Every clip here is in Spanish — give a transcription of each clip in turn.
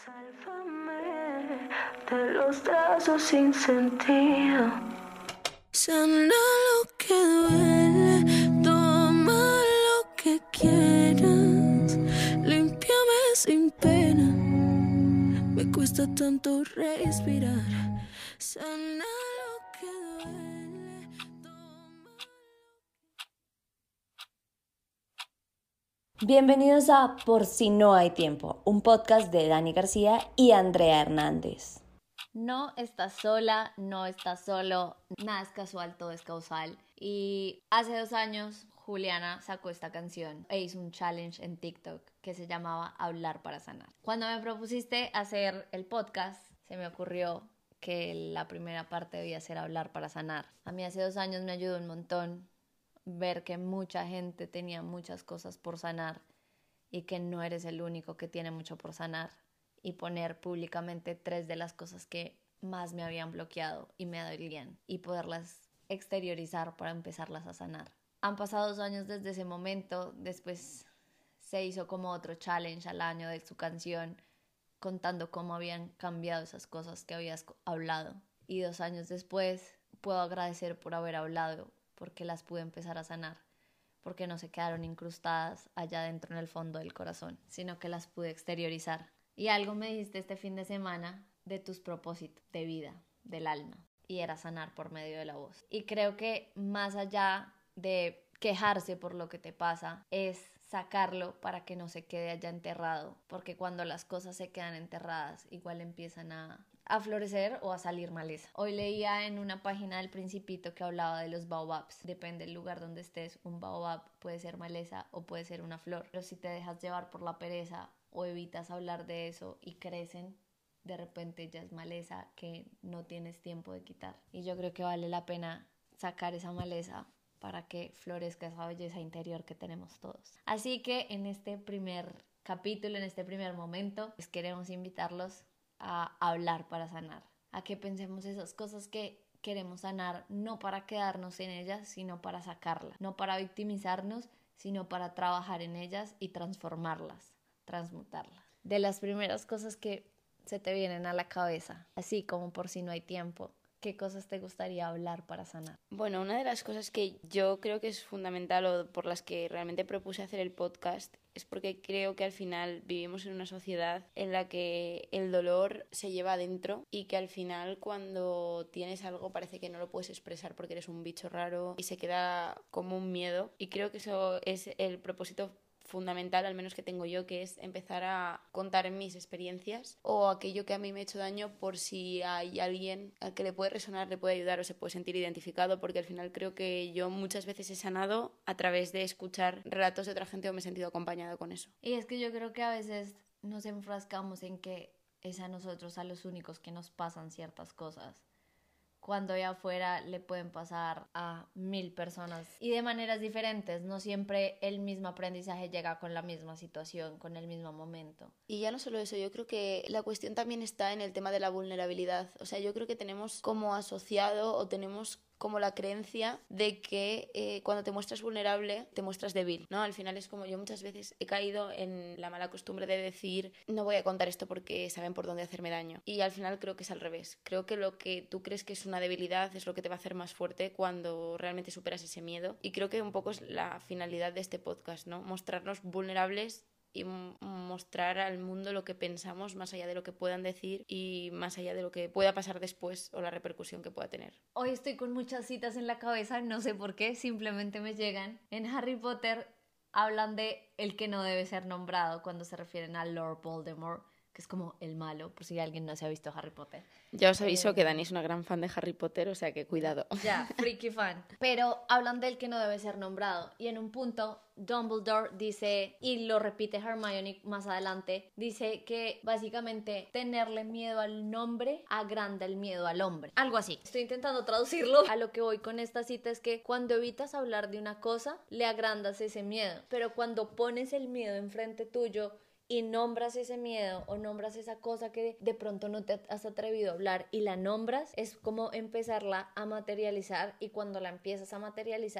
Sálvame de los trazos sin sentido. Sana lo que duele, toma lo que quieras, límpiame sin pena, me cuesta tanto respirar. Sana lo que duele, toma. Bienvenidos a Por si no hay tiempo, un podcast de Dani García y Andrea Hernández. No estás sola, no estás solo, nada es casual, todo es causal. Y hace 2 años Juliana sacó esta canción e hizo un challenge en TikTok que se llamaba Hablar para Sanar. Cuando me propusiste hacer el podcast, se me ocurrió que la primera parte debía ser Hablar para Sanar. A mí hace 2 años me ayudó un montón ver que mucha gente tenía muchas cosas por sanar y que no eres el único que tiene mucho por sanar, y poner públicamente 3 de las cosas que más me habían bloqueado y me dolían y poderlas exteriorizar para empezarlas a sanar. Han pasado 2 años desde ese momento. Después se hizo como otro challenge al año de su canción contando cómo habían cambiado esas cosas que habías hablado, y 2 años después puedo agradecer por haber hablado, porque las pude empezar a sanar, porque no se quedaron incrustadas allá dentro en el fondo del corazón, sino que las pude exteriorizar. Y algo me dijiste este fin de semana de tus propósitos de vida, del alma, y era sanar por medio de la voz. Y creo que más allá de quejarse por lo que te pasa, es sacarlo para que no se quede allá enterrado, porque cuando las cosas se quedan enterradas, igual empiezan a florecer o a salir maleza. Hoy leía en una página del Principito que hablaba de los baobabs. Depende del lugar donde estés, un baobab puede ser maleza o puede ser una flor. Pero si te dejas llevar por la pereza o evitas hablar de eso y crecen, de repente ya es maleza que no tienes tiempo de quitar. Y yo creo que vale la pena sacar esa maleza para que florezca esa belleza interior que tenemos todos. Así que en este primer capítulo, en este primer momento, pues queremos invitarlos a hablar para sanar, a que pensemos esas cosas que queremos sanar, no para quedarnos en ellas, sino para sacarlas, no para victimizarnos, sino para trabajar en ellas y transformarlas, transmutarlas. De las primeras cosas que se te vienen a la cabeza, así como por si no hay tiempo, ¿qué cosas te gustaría hablar para sanar? Bueno, una de las cosas que yo creo que es fundamental o por las que realmente propuse hacer el podcast es porque creo que al final vivimos en una sociedad en la que el dolor se lleva adentro y que al final cuando tienes algo parece que no lo puedes expresar porque eres un bicho raro y se queda como un miedo, y creo que eso es el propósito fundamental, al menos que tengo yo, que es empezar a contar mis experiencias o aquello que a mí me ha hecho daño, por si hay alguien al que le puede resonar, le puede ayudar o se puede sentir identificado, porque al final creo que yo muchas veces he sanado a través de escuchar relatos de otra gente o me he sentido acompañado con eso. Y es que yo creo que a veces nos enfrascamos en que es a nosotros a los únicos que nos pasan ciertas cosas, cuando allá afuera le pueden pasar a 1000 personas y de maneras diferentes. No siempre el mismo aprendizaje llega con la misma situación, con el mismo momento. Y ya no solo eso, yo creo que la cuestión también está en el tema de la vulnerabilidad. O sea, yo creo que tenemos como asociado o tenemos como la creencia de que cuando te muestras vulnerable te muestras débil, ¿no? Al final es como yo muchas veces he caído en la mala costumbre de decir no voy a contar esto porque saben por dónde hacerme daño, y al final creo que es al revés. Creo que lo que tú crees que es una debilidad es lo que te va a hacer más fuerte cuando realmente superas ese miedo, y creo que un poco es la finalidad de este podcast, ¿no? Mostrarnos vulnerables y mostrar al mundo lo que pensamos, más allá de lo que puedan decir y más allá de lo que pueda pasar después o la repercusión que pueda tener. Hoy estoy con muchas citas en la cabeza, no sé por qué, simplemente me llegan. En Harry Potter hablan de el que no debe ser nombrado cuando se refieren a Lord Voldemort, que es como el malo, por si alguien no se ha visto Harry Potter. Ya os aviso que Dani es una gran fan de Harry Potter, o sea que cuidado. Ya, freaky fan. Pero hablan del que no debe ser nombrado. Y en un punto, Dumbledore dice, y lo repite Hermione más adelante, dice que básicamente tenerle miedo al nombre agranda el miedo al hombre. Algo así. Estoy intentando traducirlo. A lo que voy con esta cita es que cuando evitas hablar de una cosa, le agrandas ese miedo. Pero cuando pones el miedo enfrente tuyo y nombras ese miedo o nombras esa cosa que de pronto no te has atrevido a hablar y la nombras, es como empezarla a materializar, y cuando la empiezas a materializar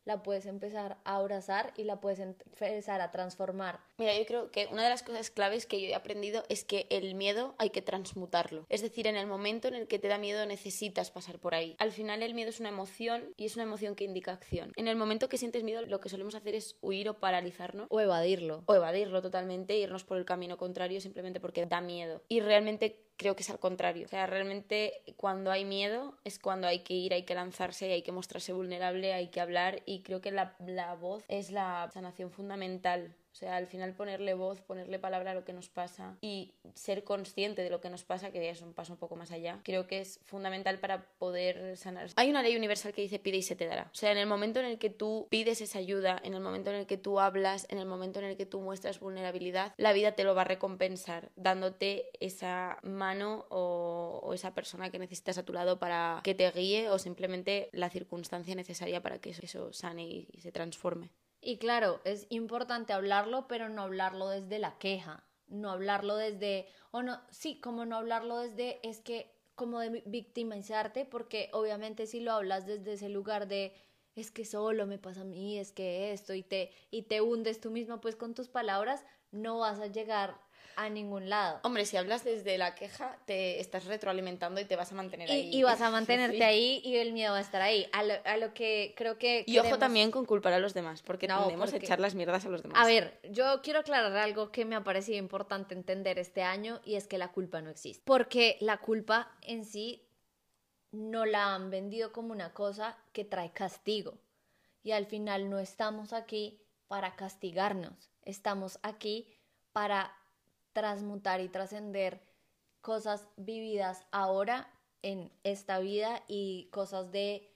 la puedes empezar a abrazar y la puedes empezar a transformar. Mira, yo creo que una de las cosas claves que yo he aprendido es que el miedo hay que transmutarlo. Es decir, en el momento en el que te da miedo necesitas pasar por ahí. Al final el miedo es una emoción y es una emoción que indica acción. En el momento que sientes miedo lo que solemos hacer es huir o paralizarnos. O evadirlo. O evadirlo totalmente, irnos por el camino contrario simplemente porque da miedo. Y realmente creo que es al contrario. O sea, realmente cuando hay miedo es cuando hay que ir, hay que lanzarse, hay que mostrarse vulnerable, hay que hablar, y creo que la voz es la sanación fundamental. O sea, al final ponerle voz, ponerle palabra a lo que nos pasa y ser consciente de lo que nos pasa, que ya es un paso un poco más allá, creo que es fundamental para poder sanar. Hay una ley universal que dice pide y se te dará. O sea, en el momento en el que tú pides esa ayuda, en el momento en el que tú hablas, en el momento en el que tú muestras vulnerabilidad, la vida te lo va a recompensar dándote esa mano o esa persona que necesitas a tu lado para que te guíe, o simplemente la circunstancia necesaria para que eso sane y se transforme. Y claro, es importante hablarlo, pero no hablarlo desde la queja, no hablarlo desde, o no, sí, como no hablarlo desde, es que como de victimizarte, porque obviamente si lo hablas desde ese lugar de, es que solo me pasa a mí, es que esto, y te hundes tú mismo pues con tus palabras, no vas a llegar a ningún lado. Hombre, si hablas desde la queja, te estás retroalimentando y te vas a mantener ahí. Y vas a mantenerte ahí y el miedo va a estar ahí. A lo que creo que Y ojo también con culpar a los demás, porque no, tendemos a echar las mierdas a los demás. A ver, yo quiero aclarar algo que me ha parecido importante entender este año, y es que la culpa no existe. Porque la culpa en sí no la han vendido como una cosa que trae castigo. Y al final no estamos aquí para castigarnos. Estamos aquí para transmutar y trascender cosas vividas ahora en esta vida y cosas de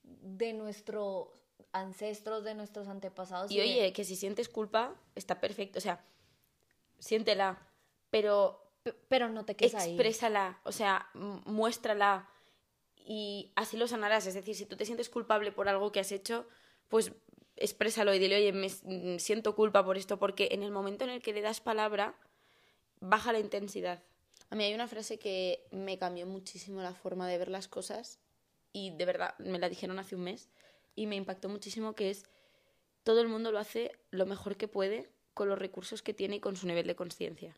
nuestros ancestros, de nuestros antepasados. Y oye, que si sientes culpa, está perfecto. O sea, siéntela, pero no te quedes ahí. Exprésala, o sea, muéstrala y así lo sanarás. Es decir, si tú te sientes culpable por algo que has hecho, pues exprésalo y dile, oye, me siento culpa por esto, porque en el momento en el que le das palabra, baja la intensidad. A mí hay una frase que me cambió muchísimo la forma de ver las cosas, y de verdad me la dijeron hace un mes y me impactó muchísimo, que es: todo el mundo lo hace lo mejor que puede con los recursos que tiene y con su nivel de consciencia.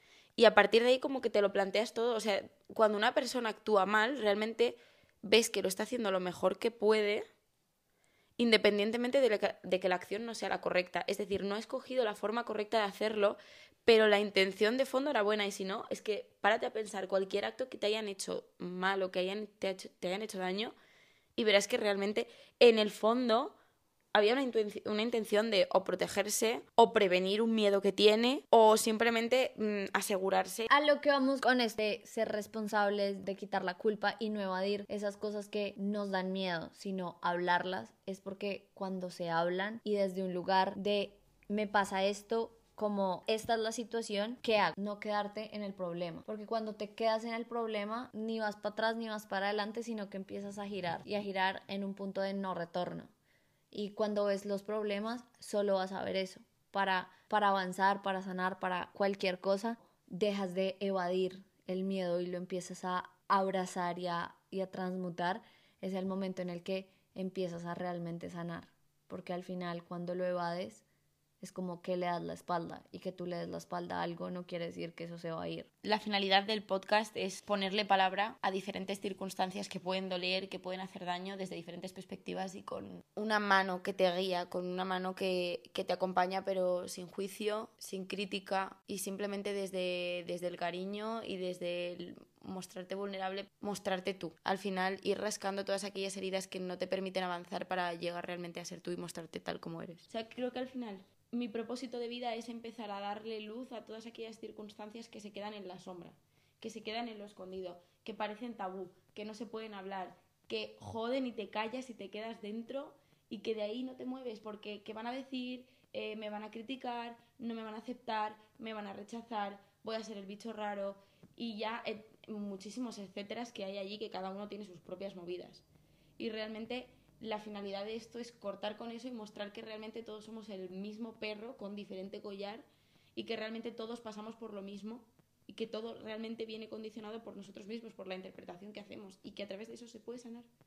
Y a partir de ahí como que te lo planteas todo. O sea, cuando una persona actúa mal, realmente ves que lo está haciendo lo mejor que puede, independientemente de que la acción no sea la correcta. Es decir, no ha escogido la forma correcta de hacerlo, pero la intención de fondo era buena. Y si no, es que párate a pensar cualquier acto que te hayan hecho mal o que te hayan hecho daño, y verás que realmente en el fondo había una intención de o protegerse o prevenir un miedo que tiene, o simplemente asegurarse. A lo que vamos con ser responsables de quitar la culpa y no evadir esas cosas que nos dan miedo, sino hablarlas, es porque cuando se hablan y desde un lugar de me pasa esto, como esta es la situación, ¿qué hago? No quedarte en el problema, porque cuando te quedas en el problema ni vas para atrás ni vas para adelante, sino que empiezas a girar y a girar en un punto de no retorno. Y cuando ves los problemas, solo vas a ver eso. Para avanzar, para sanar, para cualquier cosa, dejas de evadir el miedo y lo empiezas a abrazar y a transmutar. Es el momento en el que empiezas a realmente sanar. Porque al final, cuando lo evades, es como que le das la espalda, y que tú le des la espalda a algo no quiere decir que eso se va a ir. La finalidad del podcast es ponerle palabra a diferentes circunstancias que pueden doler, que pueden hacer daño desde diferentes perspectivas, y con una mano que te guía, con una mano que te acompaña, pero sin juicio, sin crítica, y simplemente desde el cariño y desde el mostrarte vulnerable, mostrarte tú. Al final, ir rascando todas aquellas heridas que no te permiten avanzar para llegar realmente a ser tú y mostrarte tal como eres. O sea, creo que al final mi propósito de vida es empezar a darle luz a todas aquellas circunstancias que se quedan en la sombra, que se quedan en lo escondido, que parecen tabú, que no se pueden hablar, que joden y te callas y te quedas dentro, y que de ahí no te mueves porque ¿qué van a decir? Me van a criticar, no me van a aceptar, me van a rechazar, voy a ser el bicho raro, y ya muchísimos etcéteras que hay allí, que cada uno tiene sus propias movidas. Y realmente la finalidad de esto es cortar con eso y mostrar que realmente todos somos el mismo perro con diferente collar, y que realmente todos pasamos por lo mismo, y que todo realmente viene condicionado por nosotros mismos, por la interpretación que hacemos, y que a través de eso se puede sanar.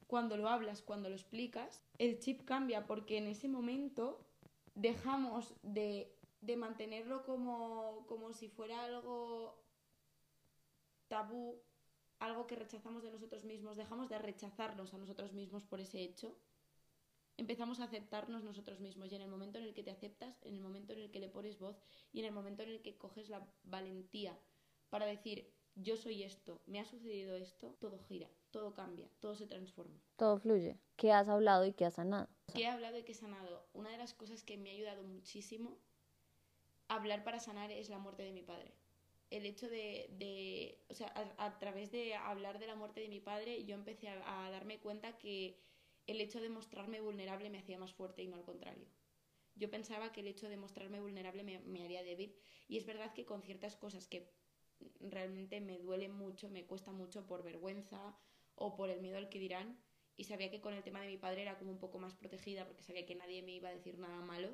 cuando lo hablas, cuando lo explicas, el chip cambia, porque en ese momento dejamos de mantenerlo como si fuera algo tabú, algo que rechazamos de nosotros mismos, dejamos de rechazarnos a nosotros mismos por ese hecho, empezamos a aceptarnos nosotros mismos, y en el momento en el que te aceptas, en el momento en el que le pones voz y en el momento en el que coges la valentía para decir yo soy esto, me ha sucedido esto, todo gira, todo cambia, todo se transforma. Todo fluye. ¿Qué has hablado y qué has sanado? ¿Qué he hablado y qué he sanado? Una de las cosas que me ha ayudado muchísimo hablar para sanar es la muerte de mi padre. El hecho o sea, a través de hablar de la muerte de mi padre, yo empecé a darme cuenta que el hecho de mostrarme vulnerable me hacía más fuerte y no al contrario. Yo pensaba que el hecho de mostrarme vulnerable me haría débil, y es verdad que con ciertas cosas que realmente me duele mucho, me cuesta mucho por vergüenza o por el miedo al que dirán, y sabía que con el tema de mi padre era como un poco más protegida porque sabía que nadie me iba a decir nada malo,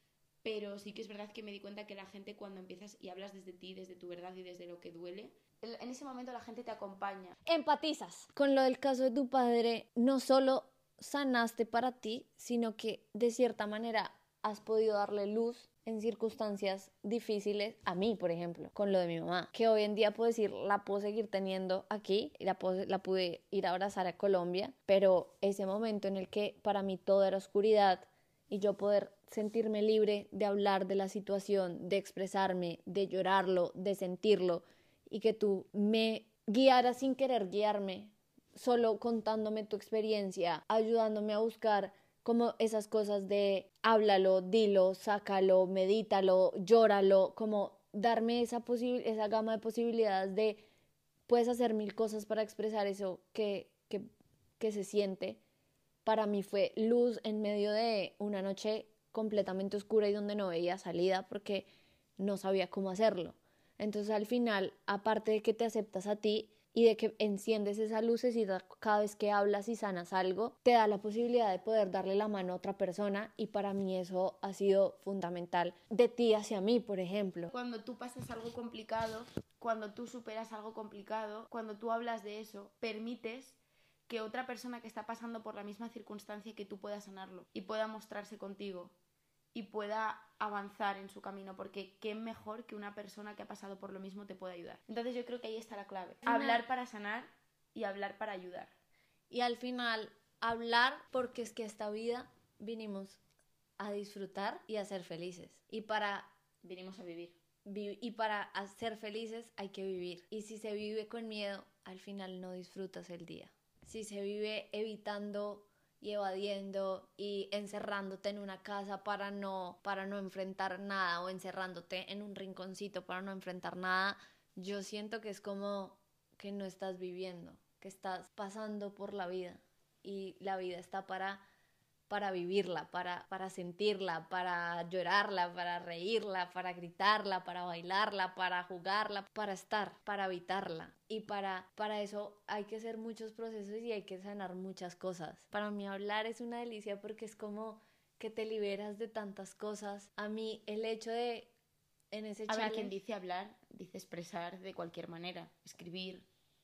pero sí que es verdad que me di cuenta que la gente, cuando empiezas y hablas desde ti, desde tu verdad y desde lo que duele, en ese momento la gente te acompaña. Empatizas. Con lo del caso de tu padre, no solo sanaste para ti, sino que de cierta manera has podido darle luz en circunstancias difíciles, a mí, por ejemplo, con lo de mi mamá, que hoy en día puedo decir, la puedo seguir teniendo aquí, la pude ir a abrazar a Colombia, pero ese momento en el que para mí todo era oscuridad y yo poder sentirme libre de hablar de la situación, de expresarme, de llorarlo, de sentirlo, y que tú me guiaras sin querer guiarme, solo contándome tu experiencia, ayudándome a buscar como esas cosas de háblalo, dilo, sácalo, medítalo, llóralo, como darme esa gama de posibilidades de puedes hacer 1000 cosas para expresar eso que se siente. Para mí fue luz en medio de una noche completamente oscura y donde no veía salida porque no sabía cómo hacerlo. Entonces al final, aparte de que te aceptas a ti y de que enciendes esa lucecita cada vez que hablas y sanas algo, te da la posibilidad de poder darle la mano a otra persona, y para mí eso ha sido fundamental. De ti hacia mí, por ejemplo. Cuando tú pasas algo complicado, cuando tú superas algo complicado, cuando tú hablas de eso, permites que otra persona que está pasando por la misma circunstancia que tú pueda sanarlo y pueda mostrarse contigo y pueda avanzar en su camino, porque qué mejor que una persona que ha pasado por lo mismo te pueda ayudar. Entonces yo creo que ahí está la clave. Hablar para sanar y hablar para ayudar. Y al final, hablar, porque es que esta vida vinimos a disfrutar y a ser felices. Y vinimos a vivir. Y para ser felices hay que vivir. Y si se vive con miedo, al final no disfrutas el día. Si se vive evitando y evadiendo y encerrándote en una casa para no enfrentar nada, o encerrándote en un rinconcito para no enfrentar nada, yo siento que es como que no estás viviendo, que estás pasando por la vida, y la vida está para vivirla, para sentirla, para llorarla, para reírla, para gritarla, para bailarla, para jugarla, para estar, para habitarla. Y para eso hay que hacer muchos procesos y hay que sanar muchas cosas. Para mí hablar es una delicia porque es como que te liberas de tantas cosas. A mí el hecho de, en ese challenge... A ver, quien dice hablar, dice expresar de cualquier manera, escribir...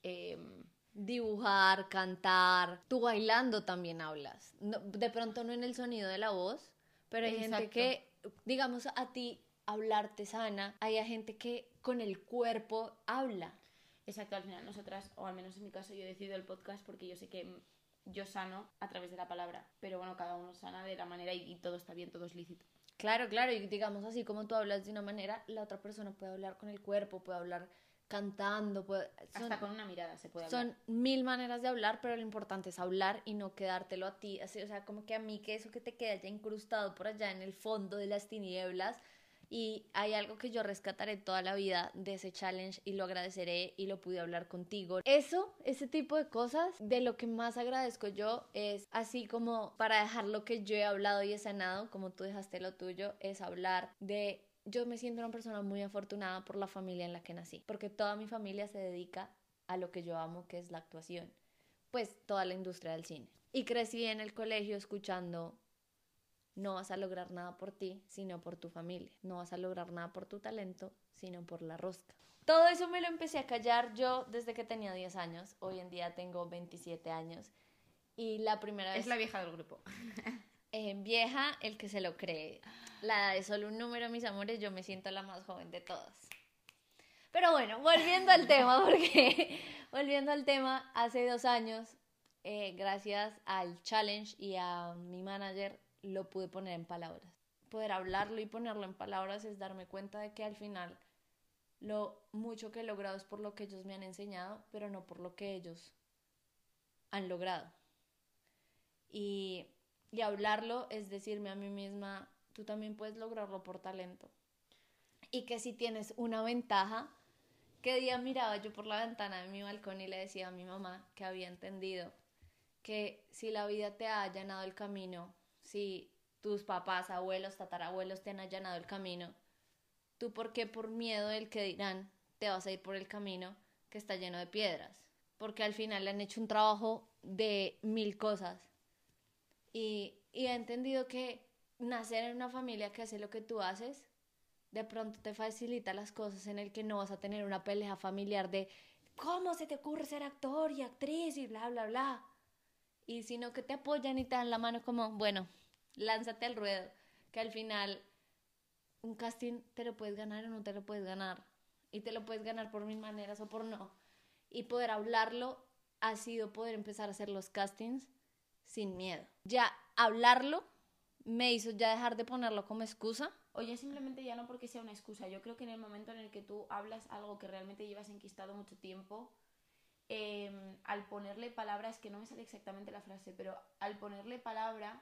dibujar, cantar. Tú bailando también hablas. No, de pronto no en el sonido de la voz, pero hay gente que, digamos, a ti hablar te sana. Hay gente que con el cuerpo habla. Exacto, al final nosotras, o al menos en mi caso, yo he decidido el podcast porque yo sé que yo sano a través de la palabra, pero bueno, cada uno sana de la manera y todo está bien, todo es lícito. Claro, y digamos así como tú hablas de una manera, la otra persona puede hablar con el cuerpo, puede hablar cantando, hasta con una mirada se puede hablar. Son 1000 maneras de hablar, pero lo importante es hablar y no quedártelo a ti, así, o sea, como que a mí que eso que te queda ya incrustado por allá en el fondo de las tinieblas. Y hay algo que yo rescataré toda la vida de ese challenge y lo agradeceré, y lo pude hablar contigo. Ese tipo de cosas, de lo que más agradezco yo es, así como para dejar lo que yo he hablado y he sanado, como tú dejaste lo tuyo, es hablar de... Yo me siento una persona muy afortunada por la familia en la que nací, porque toda mi familia se dedica a lo que yo amo, que es la actuación, pues toda la industria del cine. Y crecí en el colegio escuchando: no vas a lograr nada por ti, sino por tu familia. No vas a lograr nada por tu talento, sino por la rosca. Todo eso me lo empecé a callar yo desde que tenía 10 años. Hoy en día tengo 27 años. Y la primera vez... Es la vieja del grupo. Vieja, el que se lo cree. La de solo un número, mis amores, yo me siento la más joven de todas. Pero bueno, volviendo al tema, hace 2 años, gracias al challenge y a mi manager, lo pude poner en palabras. Poder hablarlo y ponerlo en palabras es darme cuenta de que al final lo mucho que he logrado es por lo que ellos me han enseñado, pero no por lo que ellos han logrado. Y hablarlo es decirme a mí misma, tú también puedes lograrlo por talento. Y que si tienes una ventaja, que día miraba yo por la ventana de mi balcón y le decía a mi mamá que había entendido que si la vida te ha allanado el camino, si tus papás, abuelos, tatarabuelos te han allanado el camino, tú por qué por miedo del que dirán te vas a ir por el camino que está lleno de piedras, porque al final le han hecho un trabajo de 1000 cosas y he entendido que nacer en una familia que hace lo que tú haces de pronto te facilita las cosas en el que no vas a tener una pelea familiar de ¿cómo se te ocurre ser actor y actriz y bla bla bla? Y sino que te apoyan y te dan la mano como, bueno, lánzate al ruedo, que al final un casting te lo puedes ganar o no te lo puedes ganar, y te lo puedes ganar por 1000 maneras o por no, y poder hablarlo ha sido poder empezar a hacer los castings sin miedo. Ya hablarlo me hizo ya dejar de ponerlo como excusa. Oye, simplemente ya no porque sea una excusa, yo creo que en el momento en el que tú hablas algo que realmente llevas enquistado mucho tiempo, al ponerle palabras, que no me sale exactamente la frase, pero al ponerle palabra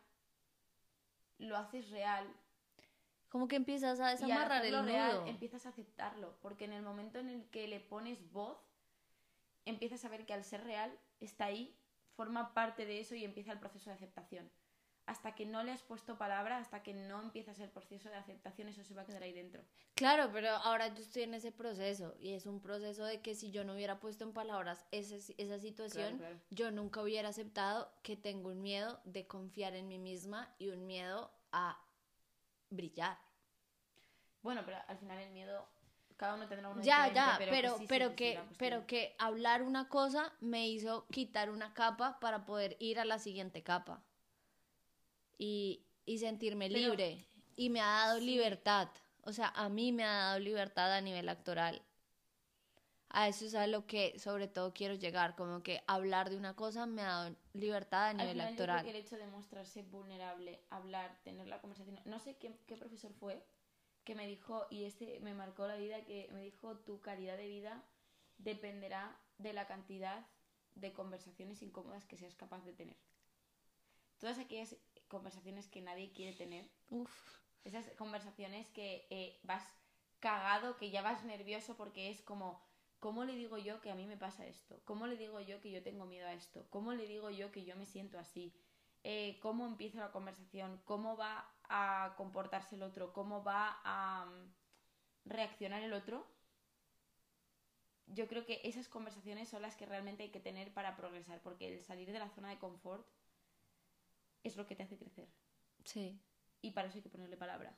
lo haces real. Como que empiezas a desamarrar el nudo. Real, empiezas a aceptarlo, porque en el momento en el que le pones voz, empiezas a ver que al ser real está ahí, forma parte de eso y empieza el proceso de aceptación. Hasta que no le has puesto palabra, hasta que no empiezas el proceso de aceptación, eso se va a quedar ahí dentro. Claro, pero ahora yo estoy en ese proceso y es un proceso de que si yo no hubiera puesto en palabras esa situación, claro. Yo nunca hubiera aceptado que tengo un miedo de confiar en mí misma y un miedo a brillar. Bueno, pero al final el miedo, cada uno tendrá uno diferente, pero que hablar una cosa me hizo quitar una capa para poder ir a la siguiente capa. Y sentirme libre, y me ha dado libertad, o sea, a mí me ha dado libertad a nivel actoral. A eso es a lo que sobre todo quiero llegar, como que hablar de una cosa me ha dado libertad a nivel actoral. Yo creo que el hecho de mostrarse vulnerable, hablar, tener la conversación, no sé qué profesor fue que me dijo, y me marcó la vida, que me dijo, tu calidad de vida dependerá de la cantidad de conversaciones incómodas que seas capaz de tener. Todas aquellas conversaciones que nadie quiere tener. Esas conversaciones que vas cagado, que ya vas nervioso porque es como, ¿cómo le digo yo que a mí me pasa esto? ¿Cómo le digo yo que yo tengo miedo a esto? ¿Cómo le digo yo que yo me siento así? ¿Cómo empieza la conversación? ¿Cómo va a comportarse el otro? ¿Cómo va a reaccionar el otro? Yo creo que esas conversaciones son las que realmente hay que tener para progresar, porque el salir de la zona de confort es lo que te hace crecer. Sí. Y para eso hay que ponerle palabra.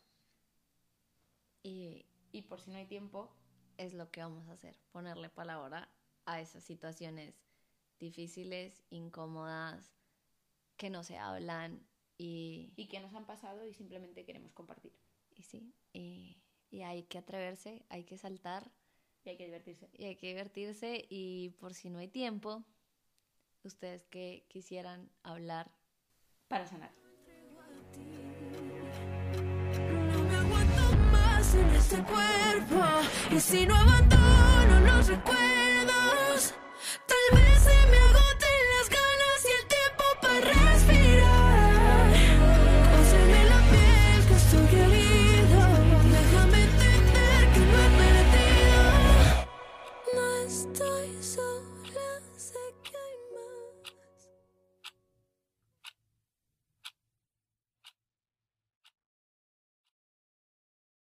Y por si no hay tiempo, es lo que vamos a hacer, ponerle palabra a esas situaciones difíciles, incómodas, que no se hablan y que nos han pasado y simplemente queremos compartir. Y sí, y hay que atreverse, hay que saltar. Y hay que divertirse. Y por si no hay tiempo, ustedes que quisieran hablar para sanar. No me aguanto más en este cuerpo, y si no abandono